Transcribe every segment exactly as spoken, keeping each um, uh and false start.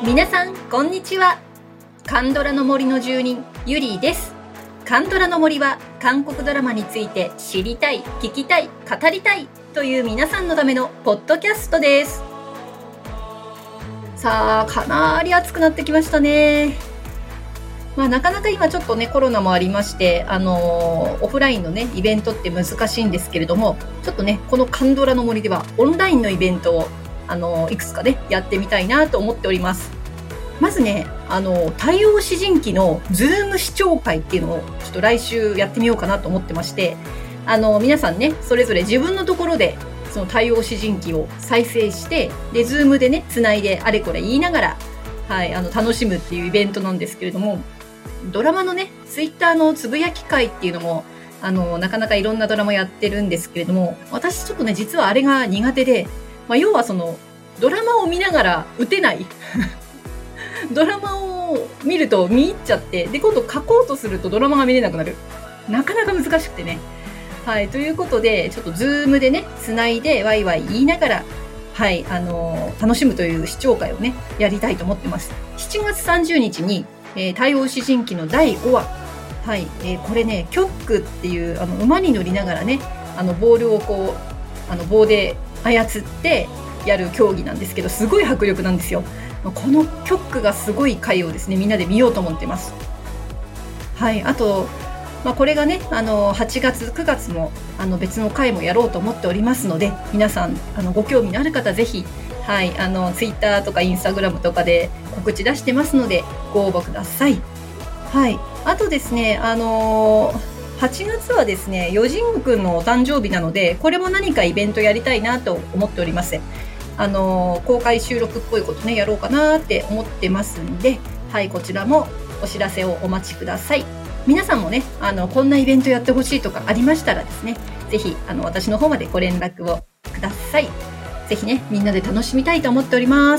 皆さんこんにちは。カンドラの森の住人ゆりーです。カンドラの森は韓国ドラマについて知りたい、聞きたい、語りたいという皆さんのためのポッドキャストです。さあ、かなり暑くなってきましたね。まあ、なかなか今ちょっとねコロナもありまして、あのー、オフラインのねイベントって難しいんですけれども、ちょっとねこのカンドラの森ではオンラインのイベントをあのー、いくつかねやってみたいなと思っております。まずね、あの太陽詩人記のズーム視聴会っていうのをちょっと来週やってみようかなと思ってまして、あの皆さんねそれぞれ自分のところでその太陽詩人記を再生して、でズームでねつないであれこれ言いながら、はい、あの楽しむっていうイベントなんですけれども、ドラマのねツイッターのつぶやき会っていうのもあのなかなかいろんなドラマやってるんですけれども、私ちょっとね実はあれが苦手で、まあ、要はそのドラマを見ながら打てないドラマを見ると見入っちゃって、で今度書こうとするとドラマが見れなくなる。なかなか難しくてね。はい、ということでちょっとズームでねつないでワイワイ言いながら、はい、あのー、楽しむという視聴会をねやりたいと思ってます。しちがつさんじゅうにちに、えー、太陽詩人記のだいごわ、はい、えー、これねキョックっていうあの馬に乗りながらねあのボールをこうあの棒で操ってやる競技なんですけど、すごい迫力なんですよ。このキョックがすごい回をですねみんなで見ようと思ってます。はい、あと、まあ、これがねあのはちがつくがつもあの別の回もやろうと思っておりますので、皆さんあのご興味のある方ぜひ、はい、あのツイッターとかインスタグラムとかで告知出してますのでご応募ください。はい、あとですねあのー、はちがつはですねヨジングくんのお誕生日なので、これも何かイベントやりたいなと思っております。あの公開収録っぽいことねやろうかなって思ってますんで、はい、こちらもお知らせをお待ちください。皆さんもねあのこんなイベントやってほしいとかありましたらですね、ぜひあの私の方までご連絡をください。ぜひねみんなで楽しみたいと思っております。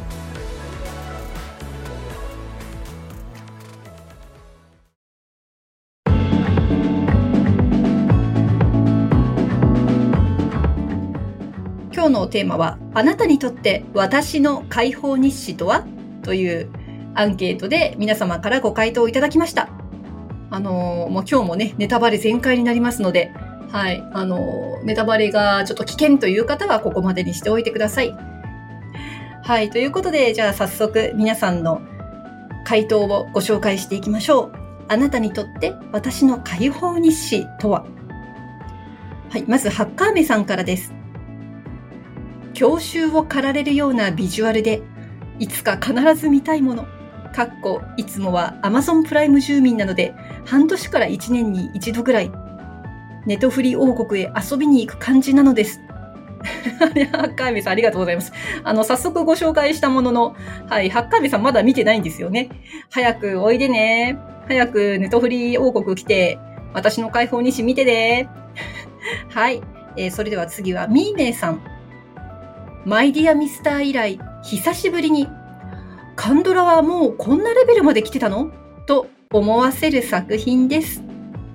今日のテーマは、あなたにとって私の解放日誌とはというアンケートで皆様からご回答をいただきました。あのー、もう今日もねネタバレ全開になりますので、はい、あのー、ネタバレがちょっと危険という方はここまでにしておいてください。はい、ということでじゃあ早速皆さんの回答をご紹介していきましょう。あなたにとって私の解放日誌とは。はい、まずハッカーメさんからです。郷愁を駆られるようなビジュアルで、いつか必ず見たいもの。かっこいつもは Amazon プライム住民なので、半年からいちねんに一度ぐらい、ネトフリ王国へ遊びに行く感じなのです。ハッカーメさんありがとうございます。あの、早速ご紹介したものの、はい、ハッカーメさんまだ見てないんですよね。早くおいでね。早くネトフリ王国来て、私の解放日誌見てね。はい、えー、それでは次はミーメイさん。マイディアミスター以来、久しぶりに、カンドラはもうこんなレベルまで来てたのと思わせる作品です。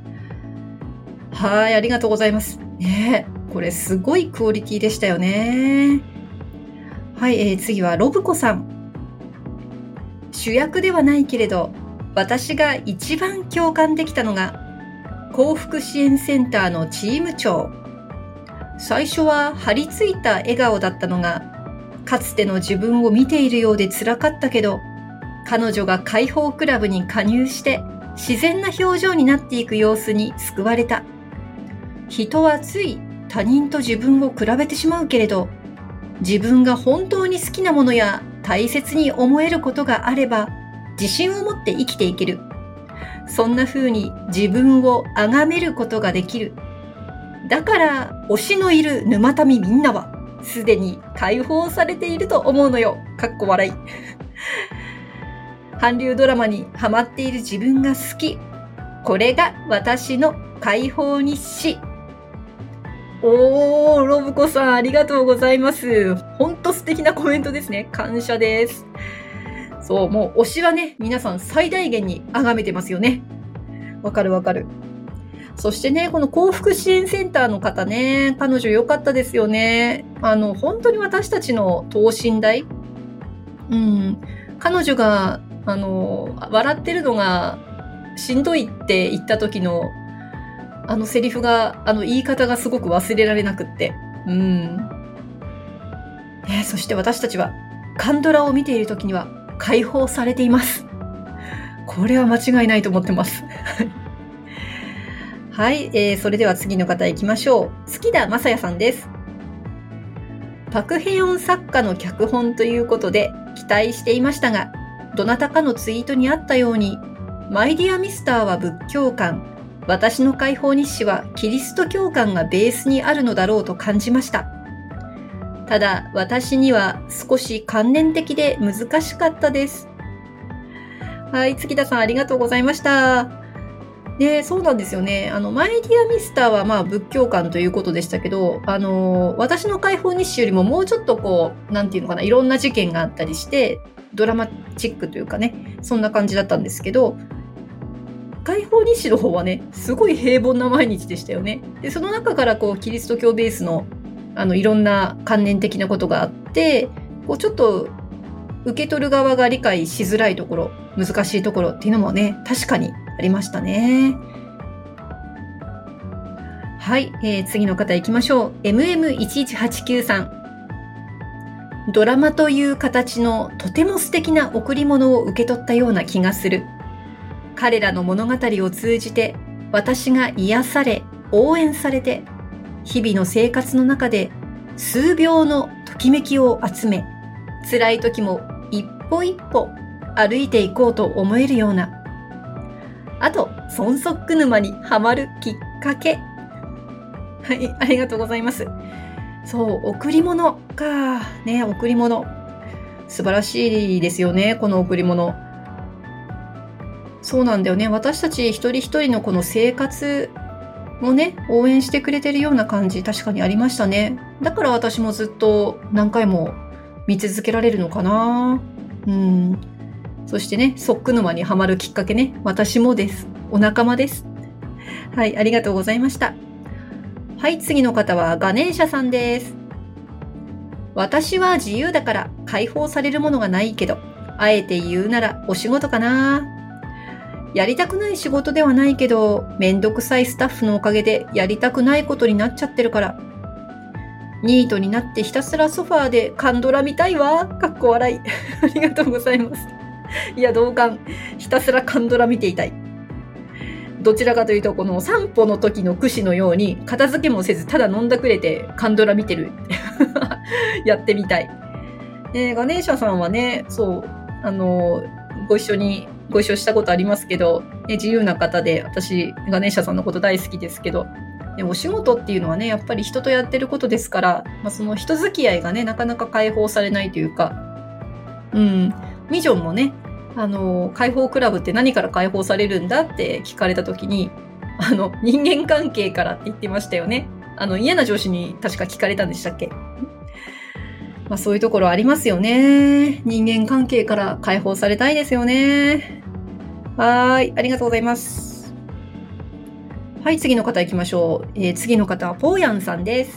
はい、ありがとうございます。ねえ、これすごいクオリティでしたよね。はい、えー、次はロブコさん。主役ではないけれど、私が一番共感できたのが、幸福支援センターのチーム長。最初は張り付いた笑顔だったのが、かつての自分を見ているようで辛かったけど、彼女が解放クラブに加入して自然な表情になっていく様子に救われた。人はつい他人と自分を比べてしまうけれど、自分が本当に好きなものや大切に思えることがあれば、自信を持って生きていける。そんな風に自分を崇めることができる。だから推しのいる沼民みんなはすでに解放されていると思うのよ。かっこ笑い。韓流ドラマにハマっている自分が好き。これが私の解放日誌。おー、ロブコさんありがとうございます。ほんと素敵なコメントですね。感謝です。そう、もう推しはね、皆さん最大限に崇めてますよね。わかるわかる。そしてね、この幸福支援センターの方ね、彼女良かったですよね。あの、本当に私たちの等身大。うん。 彼女が、あの、笑ってるのがしんどいって言った時の、あのセリフが、あの言い方がすごく忘れられなくって。うん。ね、そして私たちは、カンドラを見ている時には解放されています。これは間違いないと思ってます。はい、えー、それでは次の方行きましょう。月田正也さんです。パクヘヨン作家の脚本ということで期待していましたが、どなたかのツイートにあったように、マイディアミスターは仏教観、私の解放日誌はキリスト教観がベースにあるのだろうと感じました。ただ、私には少し観念的で難しかったです。はい、月田さんありがとうございました。で、そうなんですよね。あの、マイディアミスターはまあ仏教観ということでしたけど、あの、私の解放日誌よりももうちょっとこう、なんていうのかな、いろんな事件があったりして、ドラマチックというかね、そんな感じだったんですけど、解放日誌の方はね、すごい平凡な毎日でしたよね。で、その中からこう、キリスト教ベースの、あの、いろんな観念的なことがあって、こう、ちょっと、受け取る側が理解しづらいところ、難しいところっていうのもね、確かにありましたね。はい、えー、次の方行きましょう。エムエムいちいちはちきゅう さん。ドラマという形のとても素敵な贈り物を受け取ったような気がする。彼らの物語を通じて私が癒され、応援されて、日々の生活の中で数秒のときめきを集め、辛い時も一歩一歩歩いていこうと思えるような。あと、ソンソック沼にはまるきっかけ。はい、ありがとうございます。そう、贈り物か。ね、贈り物。素晴らしいですよね、この贈り物。そうなんだよね。私たち一人一人のこの生活もね、応援してくれてるような感じ、確かにありましたね。だから私もずっと何回も見続けられるのかな。うん。そしてね、ソック沼にはまるきっかけね、私もです。お仲間です。はい、ありがとうございました。はい、次の方はガネーシャさんです。私は自由だから解放されるものがないけど、あえて言うならお仕事かな。やりたくない仕事ではないけど、めんどくさいスタッフのおかげでやりたくないことになっちゃってるから。ニートになってひたすらソファーでカンドラ見たいわ。かっこ笑い。ありがとうございます。いや、同感。ひたすらカンドラ見ていたい。どちらかというと、この散歩の時の櫛のように、片付けもせず、ただ飲んだくれてカンドラ見てる。やってみたい。えー、ガネーシャさんはね、そう、あの、ご一緒に、ご一緒したことありますけど、ね、自由な方で、私、ガネーシャさんのこと大好きですけど、ね、お仕事っていうのはね、やっぱり人とやってることですから、まあ、その人付き合いがね、なかなか解放されないというか、うん、ミジョンもね、あの、解放クラブって何から解放されるんだって聞かれたときに、あの、人間関係からって言ってましたよね。あの、嫌な上司に確か聞かれたんでしたっけ？まあそういうところありますよね。人間関係から解放されたいですよね。はーい、ありがとうございます。はい、次の方行きましょう。えー、次の方はポーヤンさんです。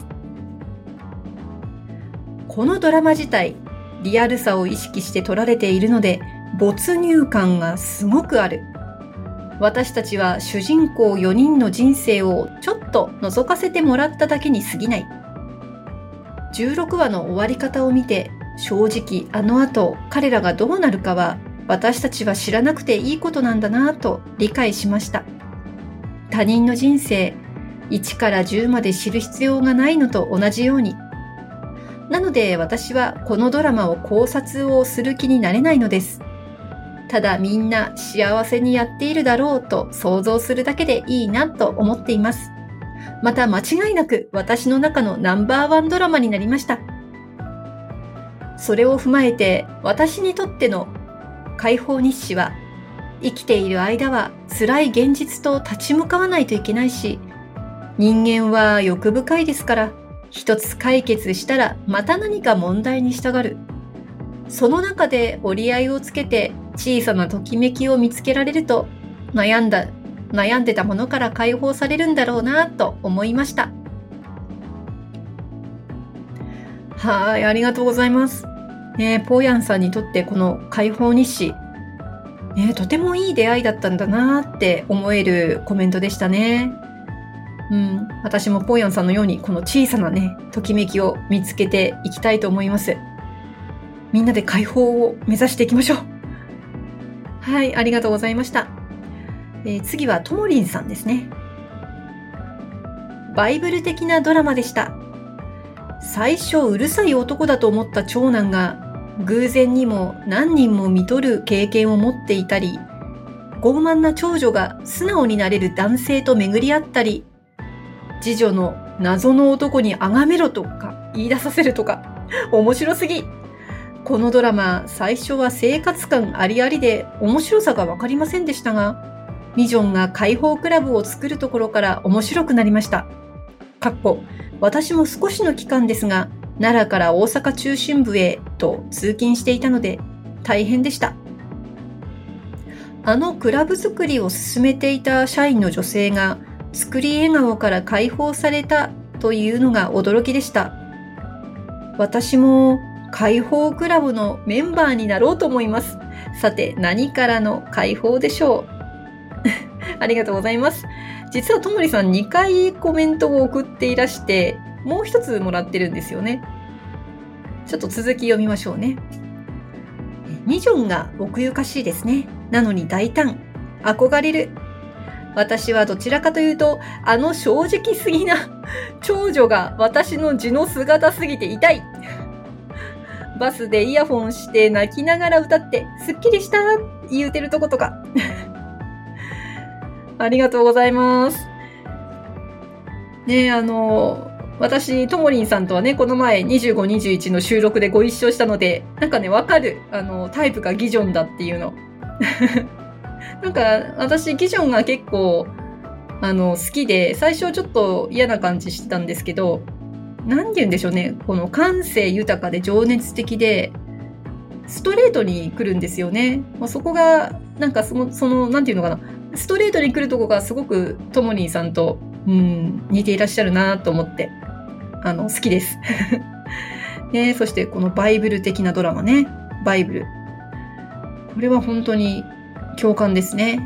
このドラマ自体、リアルさを意識して撮られているので、没入感がすごくある。私たちは主人公よにんの人生をちょっと覗かせてもらっただけに過ぎない。じゅうろくわの終わり方を見て、正直あの後彼らがどうなるかは私たちは知らなくていいことなんだなぁと理解しました。他人の人生、いちからじゅうまで知る必要がないのと同じように。なので私はこのドラマを考察をする気になれないのです。ただみんな幸せにやっているだろうと想像するだけでいいなと思っています。また間違いなく私の中のナンバーワンドラマになりました。それを踏まえて私にとっての解放日誌は、生きている間は辛い現実と立ち向かわないといけないし、人間は欲深いですから、一つ解決したらまた何か問題に従う。その中で折り合いをつけて小さなときめきを見つけられると、悩んだ、悩んでたものから解放されるんだろうなと思いました。はい、ありがとうございます。 ね、ポーヤンさんにとってこの解放日誌、ね、とてもいい出会いだったんだなって思えるコメントでしたね。うん、私もポーヤンさんのようにこの小さなね、ときめきを見つけていきたいと思います。みんなで解放を目指していきましょう。はい、ありがとうございました。えー、次はともりんさんですね。バイブル的なドラマでした。最初うるさい男だと思った長男が偶然にも何人も見とる経験を持っていたり、傲慢な長女が素直になれる男性と巡り合ったり、次女の謎の男に崇めろとか言い出させるとか、面白すぎ。このドラマ、最初は生活感ありありで面白さがわかりませんでしたが、ミジョンが解放クラブを作るところから面白くなりました。かっこ私も少しの期間ですが、奈良から大阪中心部へと通勤していたので大変でした。あのクラブ作りを進めていた社員の女性が作り笑顔から解放されたというのが驚きでした。私も解放クラブのメンバーになろうと思います。さて、何からの解放でしょう。ありがとうございます。実はともりさんにかいコメントを送っていらして、もう一つもらってるんですよね。ちょっと続き読みましょうね。ミジョンが奥ゆかしいですね。なのに大胆。憧れる。私はどちらかというと、あの正直すぎな長女が私の地の姿すぎて痛い。バスでイヤホンして泣きながら歌ってすっきりした言うてるとことか。ありがとうございます。ねえ、あの、私、ともりんさんとはね、この前にじゅうご、にじゅういちの収録でご一緒したので、なんかね、わかる。あの、タイプがギジョンだっていうの。なんか、私、ギジョンが結構、あの、好きで、最初ちょっと嫌な感じしてたんですけど、なんて言うんでしょうね。この感性豊かで情熱的で、ストレートに来るんですよね。まあ、そこが、なんかその、その、なんていうのかな。ストレートに来るとこがすごくともりんさんと、うん、似ていらっしゃるなと思って、あの、好きです。ね、そしてこのバイブル的なドラマね。バイブル。これは本当に共感ですね。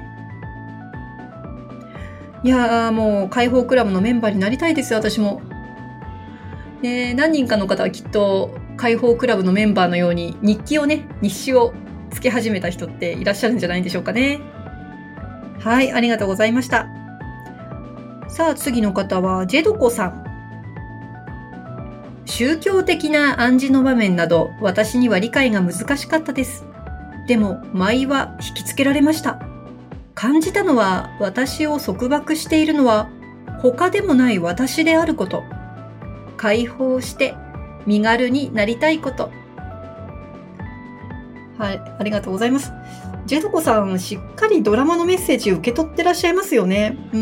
いやー、もう解放クラブのメンバーになりたいです、私も。ね、何人かの方はきっと解放クラブのメンバーのように日記をね、日誌をつけ始めた人っていらっしゃるんじゃないんでしょうかね。はい、ありがとうございました。さあ、次の方はジェドコさん。宗教的な暗示の場面など、私には理解が難しかったです。でも、舞は引きつけられました。感じたのは、私を束縛しているのは、他でもない私であること。解放して、身軽になりたいこと。はい、ありがとうございます。ジェドコさん、しっかりドラマのメッセージを受け取ってらっしゃいますよね。うん、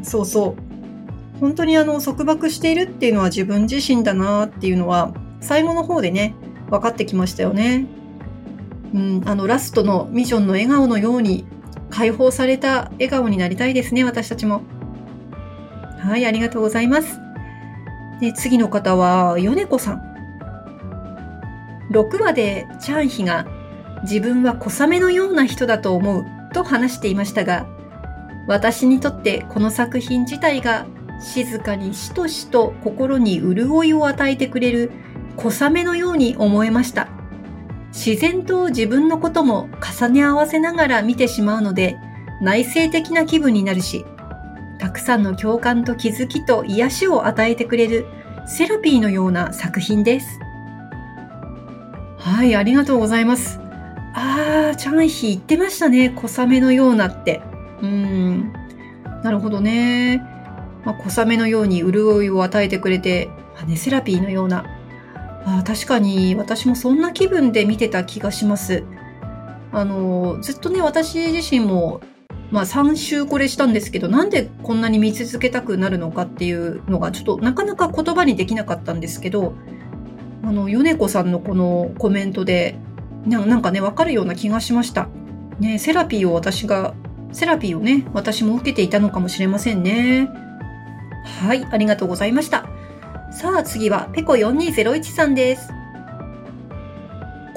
そうそう。本当にあの、束縛しているっていうのは自分自身だなっていうのは、最後の方でね、分かってきましたよね。うん、あの、ラストのミジョンの笑顔のように、解放された笑顔になりたいですね、私たちも。はい、ありがとうございます。で、次の方は、ヨネコさん。ろくわでチャンヒが、自分は小雨のような人だと思うと話していましたが、私にとってこの作品自体が静かにしとしと心に潤いを与えてくれる小雨のように思えました。自然と自分のことも重ね合わせながら見てしまうので、内省的な気分になるし、たくさんの共感と気づきと癒しを与えてくれるセラピーのような作品です。はい、ありがとうございます。あー、チャンヒ言ってましたね。小雨のようなって。うーん。なるほどね。まあ、小雨のように潤いを与えてくれて、まあね、セラピーのような。あ、確かに私もそんな気分で見てた気がします。あの、ずっとね、私自身も、まあさん週これしたんですけど、なんでこんなに見続けたくなるのかっていうのが、ちょっとなかなか言葉にできなかったんですけど、あの、ヨネコさんのこのコメントで、ななんかね、わかるような気がしました。ね、セラピーを私が、セラピーをね、私も受けていたのかもしれませんね。はい、ありがとうございました。さあ次は、ペコよんにーぜろいちさんです。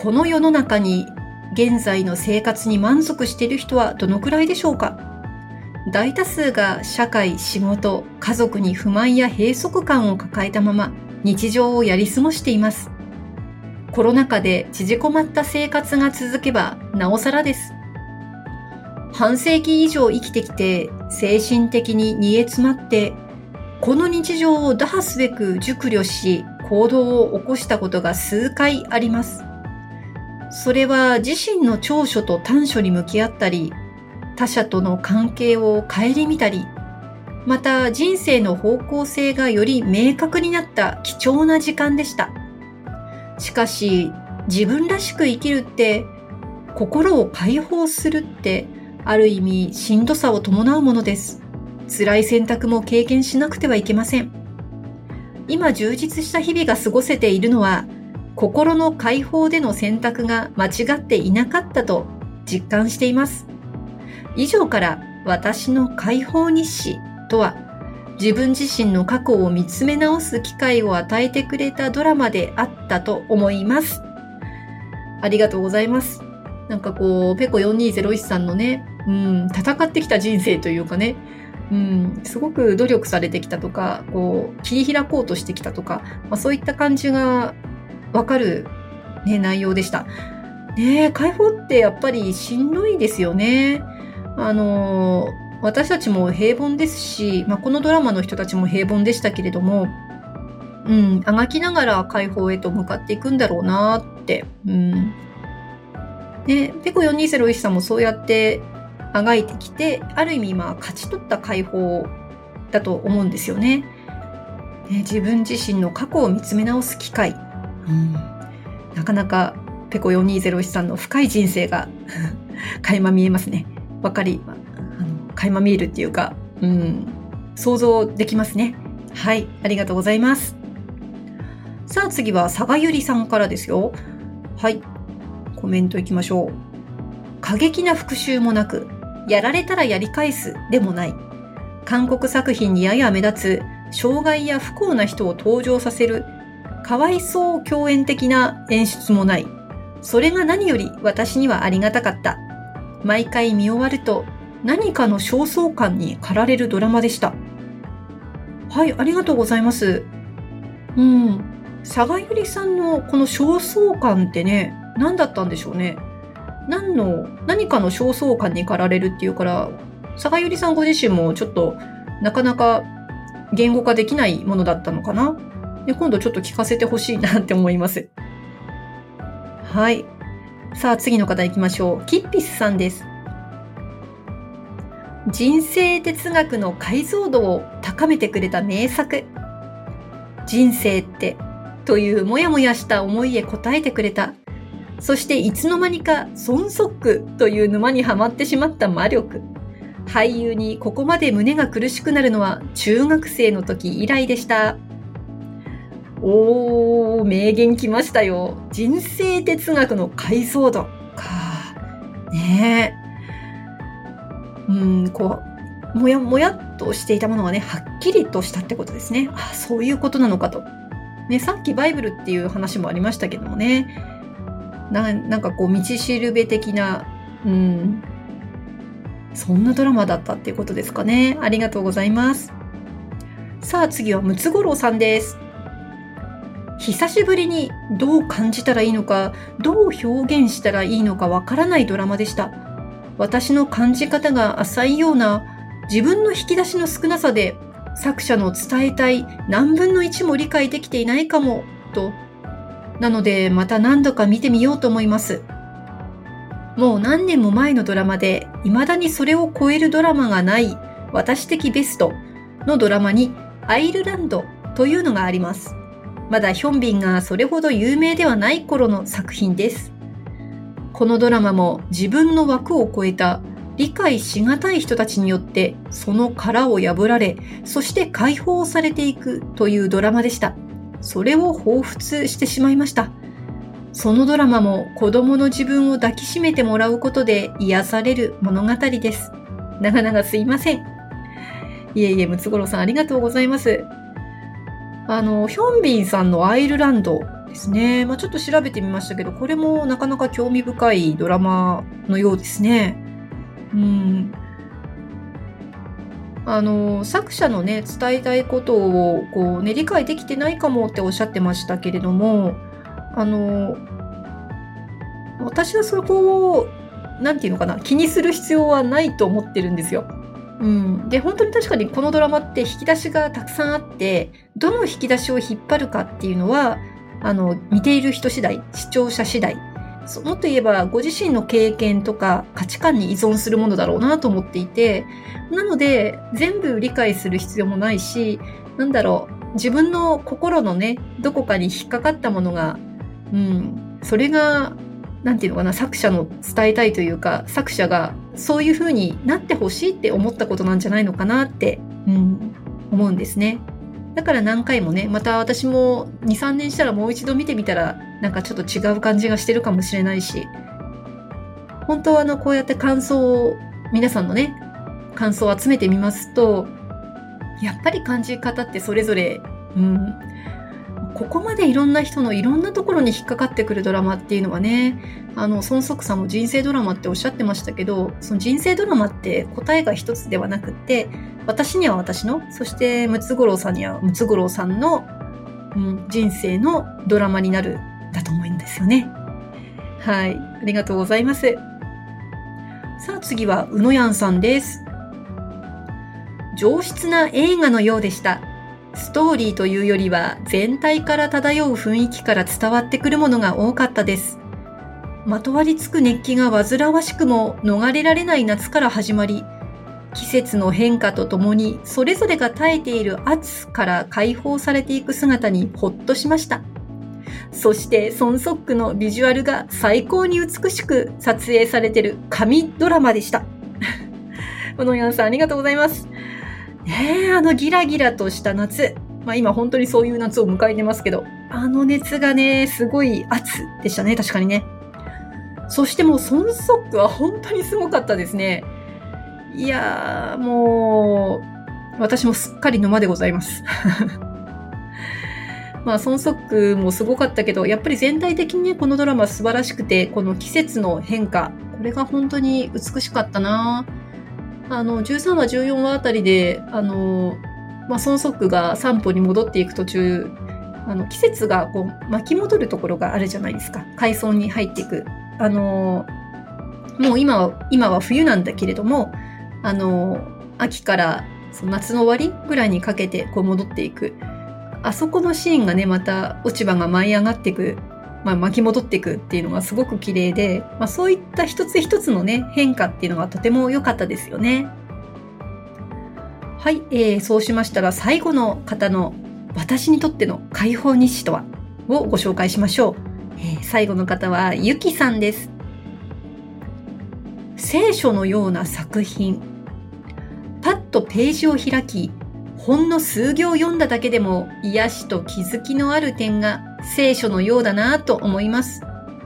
この世の中に現在の生活に満足している人はどのくらいでしょうか。大多数が社会、仕事、家族に不満や閉塞感を抱えたまま日常をやり過ごしています。コロナ禍で縮こまった生活が続けばなおさらです。半世紀以上生きてきて精神的に煮え詰まってこの日常を打破すべく熟慮し行動を起こしたことが数回あります。それは自身の長所と短所に向き合ったり、他者との関係を顧みたり、また人生の方向性がより明確になった貴重な時間でした。しかし、自分らしく生きるって、心を解放するって、ある意味しんどさを伴うものです。辛い選択も経験しなくてはいけません。今充実した日々が過ごせているのは、心の解放での選択が間違っていなかったと実感しています。以上から私の解放日誌とは、自分自身の過去を見つめ直す機会を与えてくれたドラマであったと思います。ありがとうございます。なんかこう、ペコよんにーぜろいちさんのね、うん、戦ってきた人生というかね、うん、すごく努力されてきたとか、こう、切り開こうとしてきたとか、まあ、そういった感じがわかる、ね、内容でした。ねえ、解放ってやっぱりしんどいですよね。あのー、私たちも平凡ですし、まあ、このドラマの人たちも平凡でしたけれども、うん、あがきながら解放へと向かっていくんだろうなって。うん。ね、ペコよんにーぜろいちさんもそうやってあがいてきて、ある意味まあ勝ち取った解放だと思うんですよね。ね、自分自身の過去を見つめ直す機会。うん、なかなかペコよんにーぜろいちさんの深い人生が垣間見えますね。わかり、あの垣間見えるっていうか、うん、想像できますね。はい、ありがとうございます。さあ次は佐賀ゆりさんからですよ。はい、コメントいきましょう。過激な復讐もなく、やられたらやり返すでもない。韓国作品にやや目立つ障害や不幸な人を登場させるかわいそう共演的な演出もない。それが何より私にはありがたかった。毎回見終わると何かの焦燥感に駆られるドラマでした。はい、ありがとうございます。うん。佐賀ゆりさんのこの焦燥感ってね、何だったんでしょうね。何の、何かの焦燥感に駆られるっていうから、佐賀ゆりさんご自身もちょっとなかなか言語化できないものだったのかな。で、今度ちょっと聞かせてほしいなって思います。はい。さあ次の方行きましょう。キッピスさんです。人生哲学の解像度を高めてくれた名作。人生ってというもやもやした思いへ応えてくれた。そしていつの間にか孫則という沼にはまってしまった魔力。俳優にここまで胸が苦しくなるのは中学生の時以来でした。おー、名言きましたよ。人生哲学の解像度か。ねえ。うん、こう、もやもやっとしていたものがね、はっきりとしたってことですね。あ、そういうことなのかと。ね、さっきバイブルっていう話もありましたけどもね。な, なんかこう、道しるべ的な、うん、そんなドラマだったっていうことですかね。ありがとうございます。さあ次はムツゴロウさんです。久しぶりにどう感じたらいいのか、どう表現したらいいのかわからないドラマでした。私の感じ方が浅いような、自分の引き出しの少なさで作者の伝えたい何分の一も理解できていないかも、と。なのでまた何度か見てみようと思います。もう何年も前のドラマで、未だにそれを超えるドラマがない私的ベストのドラマにアイルランドというのがあります。まだヒョンビンがそれほど有名ではない頃の作品です。このドラマも自分の枠を超えた理解しがたい人たちによってその殻を破られ、そして解放されていくというドラマでした。それを彷彿してしまいました。そのドラマも子供の自分を抱きしめてもらうことで癒される物語です。長々すいません。いえいえ、ムツゴロウさんありがとうございます。あの、ヒョンビンさんのアイルランド、 ですね。まあ、ちょっと調べてみましたけど、これもなかなか興味深いドラマのようですね。うん。あの、作者のね、伝えたいことを、こうね、理解できてないかもっておっしゃってましたけれども、あの、私はそこを、なんていうのかな、気にする必要はないと思ってるんですよ。うん。で、本当に確かにこのドラマって引き出しがたくさんあって、どの引き出しを引っ張るかっていうのは、あの、見ている人次第、視聴者次第。そもっと言えば、ご自身の経験とか価値観に依存するものだろうなと思っていて、なので、全部理解する必要もないし、なんだろう、自分の心のね、どこかに引っかかったものが、うん、それが、なんていうのかな、作者の伝えたいというか、作者がそういう風になってほしいって思ったことなんじゃないのかなって、うん、思うんですね。だから何回もね、また私もに、さんねんしたらもう一度見てみたら、なんかちょっと違う感じがしてるかもしれないし、本当はあの、こうやって感想を、皆さんのね、感想を集めてみますと、やっぱり感じ方ってそれぞれ、うん、ここまでいろんな人のいろんなところに引っかかってくるドラマっていうのはね、あの、孫則さんも人生ドラマっておっしゃってましたけど、その人生ドラマって答えが一つではなくって、私には私の、そしてムツゴロウさんにはムツゴロウさんの、うん、人生のドラマになるだと思うんですよね。はい、ありがとうございます。さあ次はうのやんさんです。上質な映画のようでした。ストーリーというよりは全体から漂う雰囲気から伝わってくるものが多かったです。まとわりつく熱気が煩わしくも逃れられない夏から始まり、季節の変化とともにそれぞれが耐えている圧から解放されていく姿にほっとしました。そして孫則クのビジュアルが最高に美しく撮影されている神ドラマでした。うのやんさんありがとうございます。ねえ、あのギラギラとした夏。まあ今本当にそういう夏を迎えてますけど、あの熱がね、すごい熱でしたね、確かにね。そしてもう孫則クは本当にすごかったですね。いやー、もう、私もすっかり沼でございます。まあ孫則クもすごかったけど、やっぱり全体的にね、このドラマ素晴らしくて、この季節の変化、これが本当に美しかったな。あの、じゅうさんわ、じゅうよんわあたりで、あの、まあ、孫則クが散歩に戻っていく途中、あの、季節がこう巻き戻るところがあるじゃないですか。海藻に入っていく。あの、もう今は、今は冬なんだけれども、あの、秋からその夏の終わりぐらいにかけてこう戻っていく。あそこのシーンがね、また落ち葉が舞い上がっていく。まあ、巻き戻っていくっていうのがすごく綺麗で、まあ、そういった一つ一つのね、変化っていうのがとても良かったですよね。はい、えー、そうしましたら最後の方の私にとっての解放日誌とはをご紹介しましょう。えー、最後の方はゆきさんです。聖書のような作品。パッとページを開き、ほんの数行読んだだけでも癒しと気づきのある点が聖書のようだなと思います。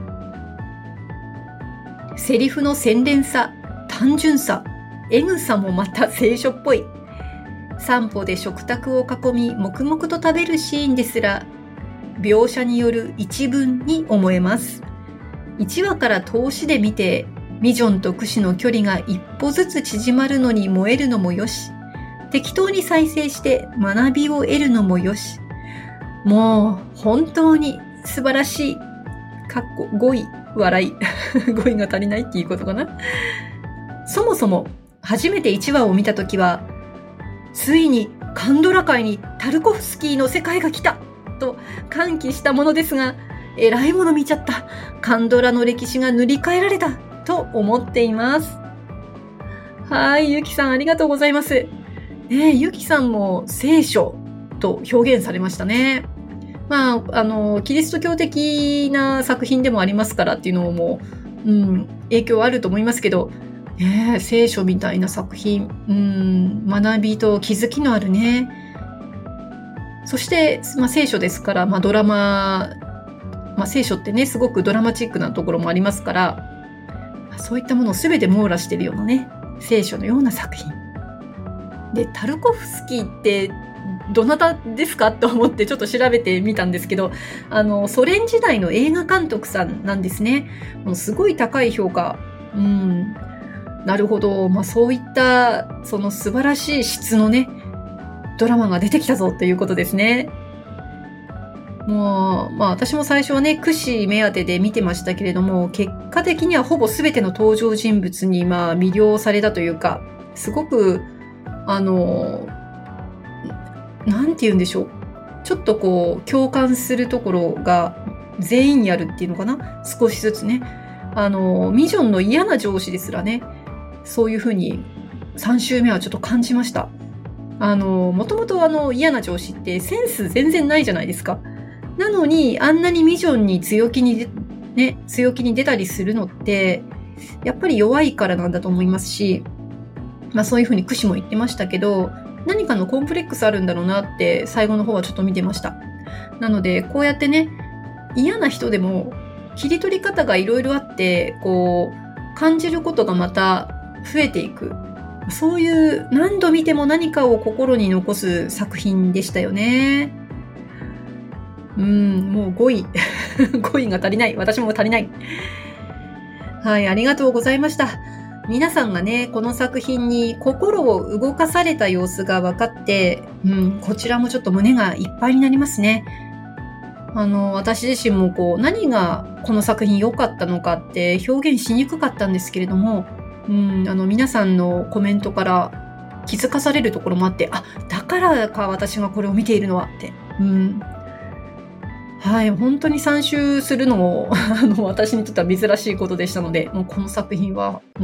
セリフの洗練さ、単純さ、エグさもまた聖書っぽい。散歩で食卓を囲み黙々と食べるシーンですら、描写による一文に思えます。いちわから通しで見て、ミジョンとクシの距離が一歩ずつ縮まるのに燃えるのもよし、適当に再生して学びを得るのもよし、もう本当に素晴らしい。かっこ語彙、笑い。語彙が足りないっていうことかな。そもそも初めていちわを見たときは、ついにカンドラ界にタルコフスキーの世界が来たと歓喜したものですが、えらいもの見ちゃった。カンドラの歴史が塗り替えられたと思っています。はい、ゆきさんありがとうございます。ねえ、ゆきさんも聖書と表現されましたね。まあ、あの、キリスト教的な作品でもありますからっていうのも、うん、影響あると思いますけど、ねえ、聖書みたいな作品、うん、学びと気づきのあるね。そして、まあ、聖書ですから、まあ、ドラマ、まあ、聖書ってね、すごくドラマチックなところもありますから、そういったものを全て網羅しているようなね、聖書のような作品。で、タルコフスキーってどなたですかと思ってちょっと調べてみたんですけど、あの、ソ連時代の映画監督さんなんですね。もうすごい高い評価。うん。なるほど。まあそういった、その素晴らしい質のね、ドラマが出てきたぞということですね。もう、まあ私も最初はね、クシ目当てで見てましたけれども、結果的にはほぼ全ての登場人物にまあ魅了されたというか、すごく、あの、なんて言うんでしょう。ちょっとこう、共感するところが全員にあるっていうのかな。少しずつね。あの、ミジョンの嫌な上司ですらね、そういうふうにさん週目はちょっと感じました。あの、もともとあの嫌な上司ってセンス全然ないじゃないですか。なのに、あんなにミジョンに強気に、ね、強気に出たりするのって、やっぱり弱いからなんだと思いますし、まあそういうふうにクシも言ってましたけど、何かのコンプレックスあるんだろうなって最後の方はちょっと見てました。なので、こうやってね、嫌な人でも切り取り方がいろいろあって、こう、感じることがまた増えていく。そういう何度見ても何かを心に残す作品でしたよね。うーん、もうごい。ごいが足りない。私も足りない。はい、ありがとうございました。皆さんがね、この作品に心を動かされた様子が分かって、うん、こちらもちょっと胸がいっぱいになりますね。あの、私自身もこう、何がこの作品良かったのかって表現しにくかったんですけれども、うん、あの、皆さんのコメントから気づかされるところもあって、あ、だからか私がこれを見ているのはって。うん。はい、本当にさん週するのもあの私にとっては珍しいことでしたので、もうこの作品は、うん、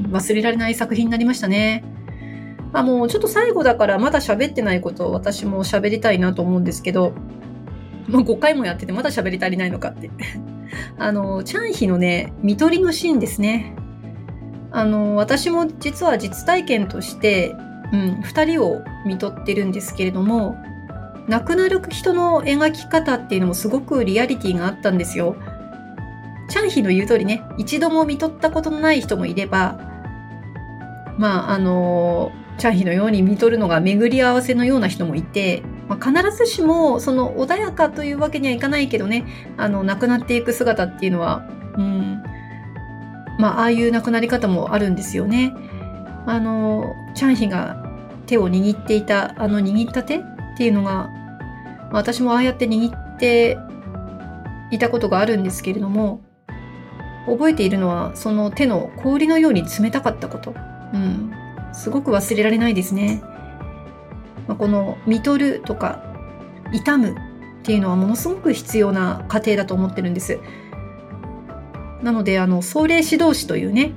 忘れられない作品になりましたね。あ、もうちょっと最後だからまだ喋ってないことを私も喋りたいなと思うんですけど、もうごかいもやっててまだ喋り足りないのかって。あの、チャンヒのね、看取りのシーンですね。あの、私も実は実体験として、うん、ふたりを看取ってるんですけれども、亡くなる人の描き方っていうのもすごくリアリティがあったんですよ。チャンヒの言う通りね、一度も見とったことのない人もいれば、まあ、あの、チャンヒのように見とるのが巡り合わせのような人もいて、まあ、必ずしもその穏やかというわけにはいかないけどね、あの、亡くなっていく姿っていうのは、うん、まあ、ああいう亡くなり方もあるんですよね。あの、チャンヒが手を握っていた、あの握った手っていうのが、私もああやって握っていたことがあるんですけれども、覚えているのはその手の氷のように冷たかったこと。うん。すごく忘れられないですね。まあ、この看取るとか痛むっていうのはものすごく必要な過程だと思ってるんです。なので、あの、壮霊指導士というね、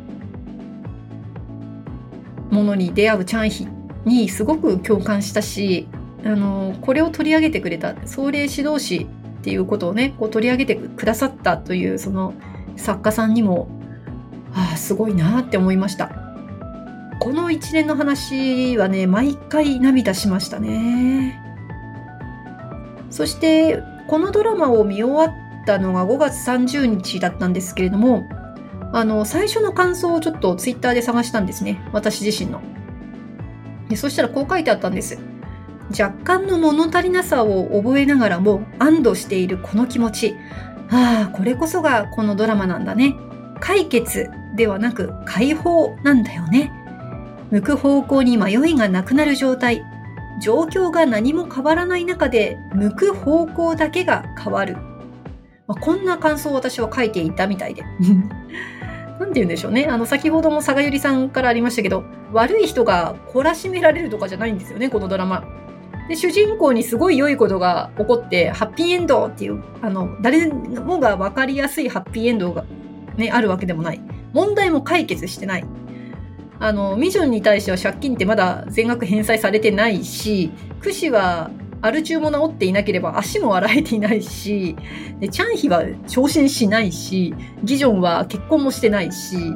ものに出会うチャンヒにすごく共感したし、あの、これを取り上げてくれた、壮霊指導士っていうことをね、こう取り上げてくださったという、その作家さんにも、ああ、すごいなって思いました。この一連の話はね、毎回涙しましたね。そして、このドラマを見終わったのがごがつさんじゅうにちだったんですけれども、あの、最初の感想をちょっとツイッターで探したんですね。私自身の。で、そしたらこう書いてあったんです。若干の物足りなさを覚えながらも安堵しているこの気持ち。ああ、これこそがこのドラマなんだね。解決ではなく解放なんだよね。向く方向に迷いがなくなる状態。状況が何も変わらない中で向く方向だけが変わる。まあ、こんな感想を私は書いていたみたいで。なんて言うんでしょうね。あの、先ほども佐賀ゆりさんからありましたけど、悪い人が懲らしめられるとかじゃないんですよね、このドラマ。で、主人公にすごい良いことが起こって、ハッピーエンドっていう、あの、誰もが分かりやすいハッピーエンドがね、あるわけでもない。問題も解決してない。あの、ミジョンに対しては借金ってまだ全額返済されてないし、クシはアル中も治っていなければ足も洗えていないし、でチャンヒは昇進しないし、ギジョンは結婚もしてないし、うん。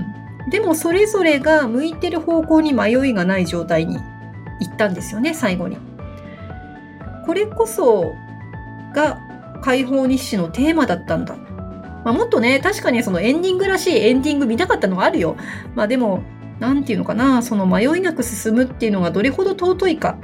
でもそれぞれが向いてる方向に迷いがない状態に行ったんですよね、最後に。これこそが解放日誌のテーマだったんだ。まあ、もっとね、確かにそのエンディングらしいエンディング見たかったのがあるよ。まあでも、なんていうのかな、その迷いなく進むっていうのがどれほど尊いか。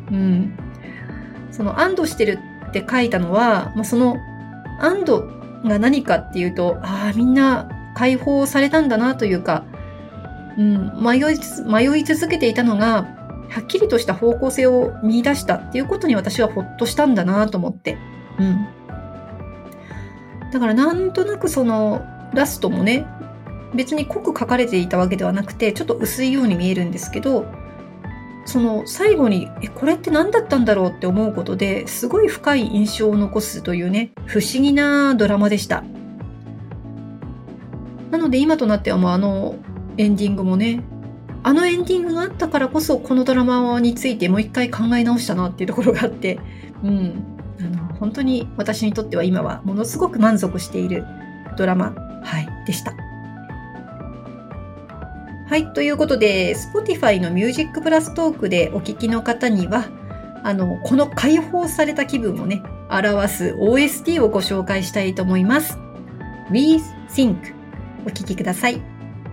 うん。その安堵してるって書いたのは、まあ、その安堵が何かっていうと、ああ、みんな解放されたんだなというか、うん、迷い、迷い続けていたのが、はっきりとした方向性を見出したっていうことに私はほっとしたんだなと思って。うん。だからなんとなくそのラストもね、別に濃く書かれていたわけではなくて、ちょっと薄いように見えるんですけど、その最後に、え、これって何だったんだろうって思うことですごい深い印象を残すというね、不思議なドラマでした。なので今となってはもうあのエンディングもね、あのエンディングがあったからこそこのドラマについてもう一回考え直したなっていうところがあって、うん、あの本当に私にとっては今はものすごく満足しているドラマ、はい、でした。はい、ということで Spotify の Music Plus トークでお聞きの方には、あのこの解放された気分をね表す オーエスティー をご紹介したいと思います。 We Think お聞きください。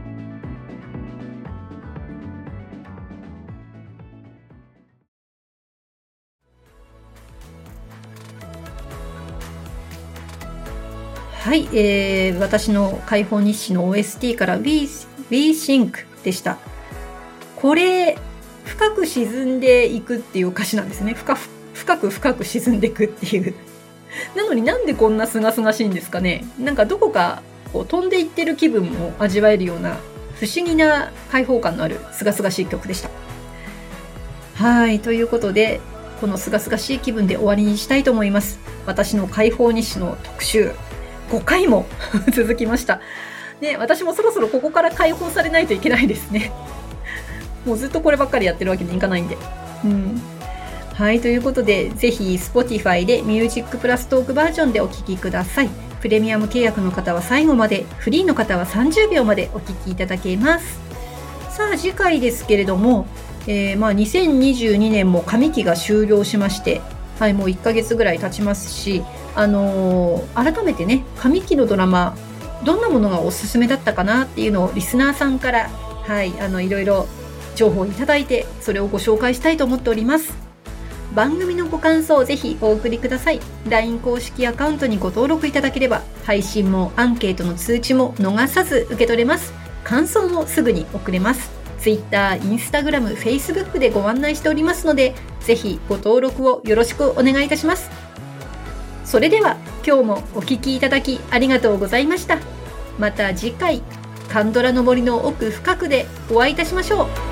はい、えー、私の解放日誌の オーエスティー から We, We Think でした。これ深く沈んでいくっていう歌詞なんですね。深深く深く沈んでいくっていうなのになんでこんなすがすがしいんですかね。なんかどこかこう飛んでいってる気分も味わえるような不思議な開放感のあるすがすがしい曲でした。はい、ということでこのすがすがしい気分で終わりにしたいと思います。私の解放日誌の特集ごかいも続きました、ね、私もそろそろここから解放されないといけないですねもうずっとこればっかりやってるわけにいかないんで、うん、はいということでぜひ Spotify で Music Plus トークバージョンでお聴きください。プレミアム契約の方は最後まで、フリーの方はさんじゅうびょうまでお聴きいただけます。さあ次回ですけれども、えー、まあにせんにじゅうにねんも上期が終了しまして、はい、もういっかげつぐらい経ちますし、あのー、改めてね上期のドラマどんなものがおすすめだったかなっていうのをリスナーさんから、はい、あのいろいろ情報をいただいてそれをご紹介したいと思っております。番組のご感想をぜひお送りください。 ライン 公式アカウントにご登録いただければ配信もアンケートの通知も逃さず受け取れます。感想もすぐに送れます。 Twitter、Instagram、Facebook でご案内しておりますのでぜひご登録をよろしくお願いいたします。それでは今日もお聞きいただきありがとうございました。また次回カンドラの森の奥深くでお会いいたしましょう。